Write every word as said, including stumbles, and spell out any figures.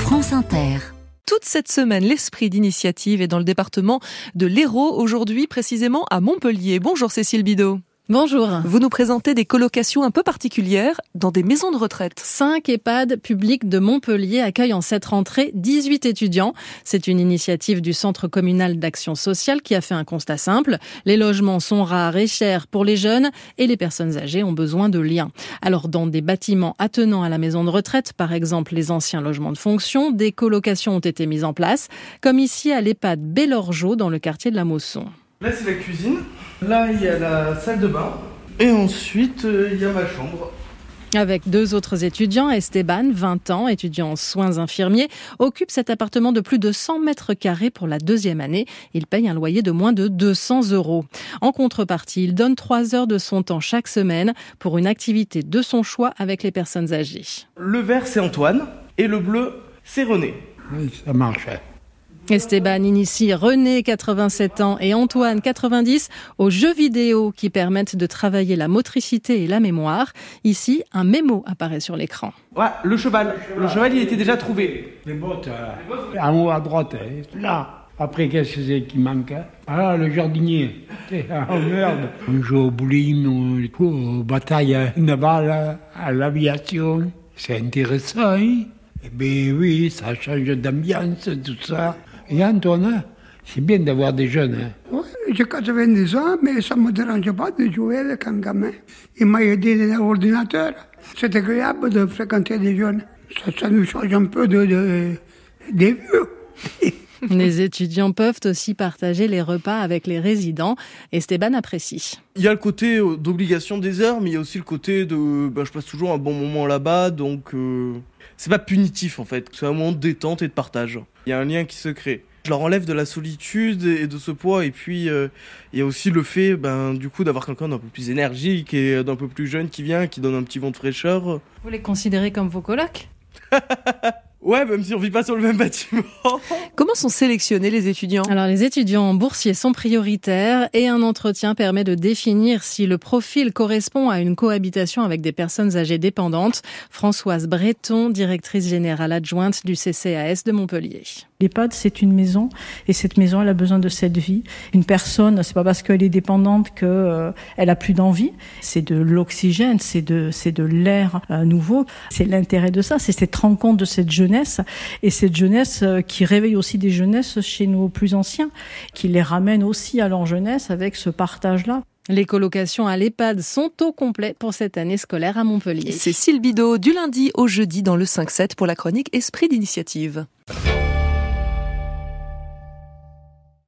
France Inter. Toute cette semaine, l'esprit d'initiative est dans le département de l'Hérault, aujourd'hui précisément à Montpellier. Bonjour Cécile Bidot. Bonjour. Vous nous présentez des colocations un peu particulières dans des maisons de retraite. Cinq EHPAD publics de Montpellier accueillent en cette rentrée dix-huit étudiants. C'est une initiative du Centre communal d'action sociale qui a fait un constat simple. Les logements sont rares et chers pour les jeunes et les personnes âgées ont besoin de liens. Alors dans des bâtiments attenants à la maison de retraite, par exemple les anciens logements de fonction, des colocations ont été mises en place, comme ici à l'EHPAD Bellorgeau dans le quartier de la Mosson. Là, c'est la cuisine. Là, il y a la salle de bain. Et ensuite, euh, il y a ma chambre. Avec deux autres étudiants, Esteban, vingt ans, étudiant en soins infirmiers, occupe cet appartement de plus de cent mètres carrés pour la deuxième année. Il paye un loyer de moins de deux cents euros. En contrepartie, il donne trois heures de son temps chaque semaine pour une activité de son choix avec les personnes âgées. Le vert, c'est Antoine. Et le bleu, c'est René. Oui, ça marchait. Esteban initie René, quatre-vingt-sept ans, et Antoine, quatre-vingt-dix, aux jeux vidéo qui permettent de travailler la motricité et la mémoire. Ici, un mémo apparaît sur l'écran. Ouais, le cheval. Le cheval, il était déjà trouvé. Les bottes, euh, en haut à droite, hein, là. Après, qu'est-ce que c'est qui manque? Ah, le jardinier. Oh merde. On joue au bowling, aux, aux batailles navales, à l'aviation. C'est intéressant, hein? Eh bien oui, ça change d'ambiance, tout ça. Et Antoine, c'est bien d'avoir des jeunes. Hein. Oui, j'ai quatre-vingt-dix ans, mais ça ne me dérange pas de jouer quand gamin. Il m'a aidé dans l'ordinateur. C'est agréable de fréquenter des jeunes. Ça, ça nous change un peu de, de, des vieux. Les étudiants peuvent aussi partager les repas avec les résidents. Esteban apprécie. Il y a le côté d'obligation des heures, mais il y a aussi le côté de... Ben, je passe toujours un bon moment là-bas, donc... Euh... C'est pas punitif en fait, c'est un moment de détente et de partage. Il y a un lien qui se crée. Je leur enlève de la solitude et de ce poids, et puis euh, il y a aussi le fait ben, du coup d'avoir quelqu'un d'un peu plus énergique et d'un peu plus jeune qui vient, qui donne un petit vent de fraîcheur. Vous les considérez comme vos colocs ? Ouais, même si on vit pas sur le même bâtiment. Comment sont sélectionnés les étudiants ? Alors, les étudiants boursiers sont prioritaires et un entretien permet de définir si le profil correspond à une cohabitation avec des personnes âgées dépendantes. Françoise Breton, directrice générale adjointe du C C A S de Montpellier. L'EHPAD, c'est une maison, et cette maison, elle a besoin de cette vie. Une personne, c'est pas parce qu'elle est dépendante qu'elle euh, a plus d'envie. C'est de l'oxygène, c'est de, c'est de l'air euh, nouveau. C'est l'intérêt de ça, c'est cette rencontre de cette jeunesse, et cette jeunesse euh, qui réveille aussi des jeunesses chez nos plus anciens, qui les ramène aussi à leur jeunesse avec ce partage-là. Les colocations à l'EHPAD sont au complet pour cette année scolaire à Montpellier. Cécile Bidot, du lundi au jeudi dans le cinq sept pour la chronique Esprit d'initiative.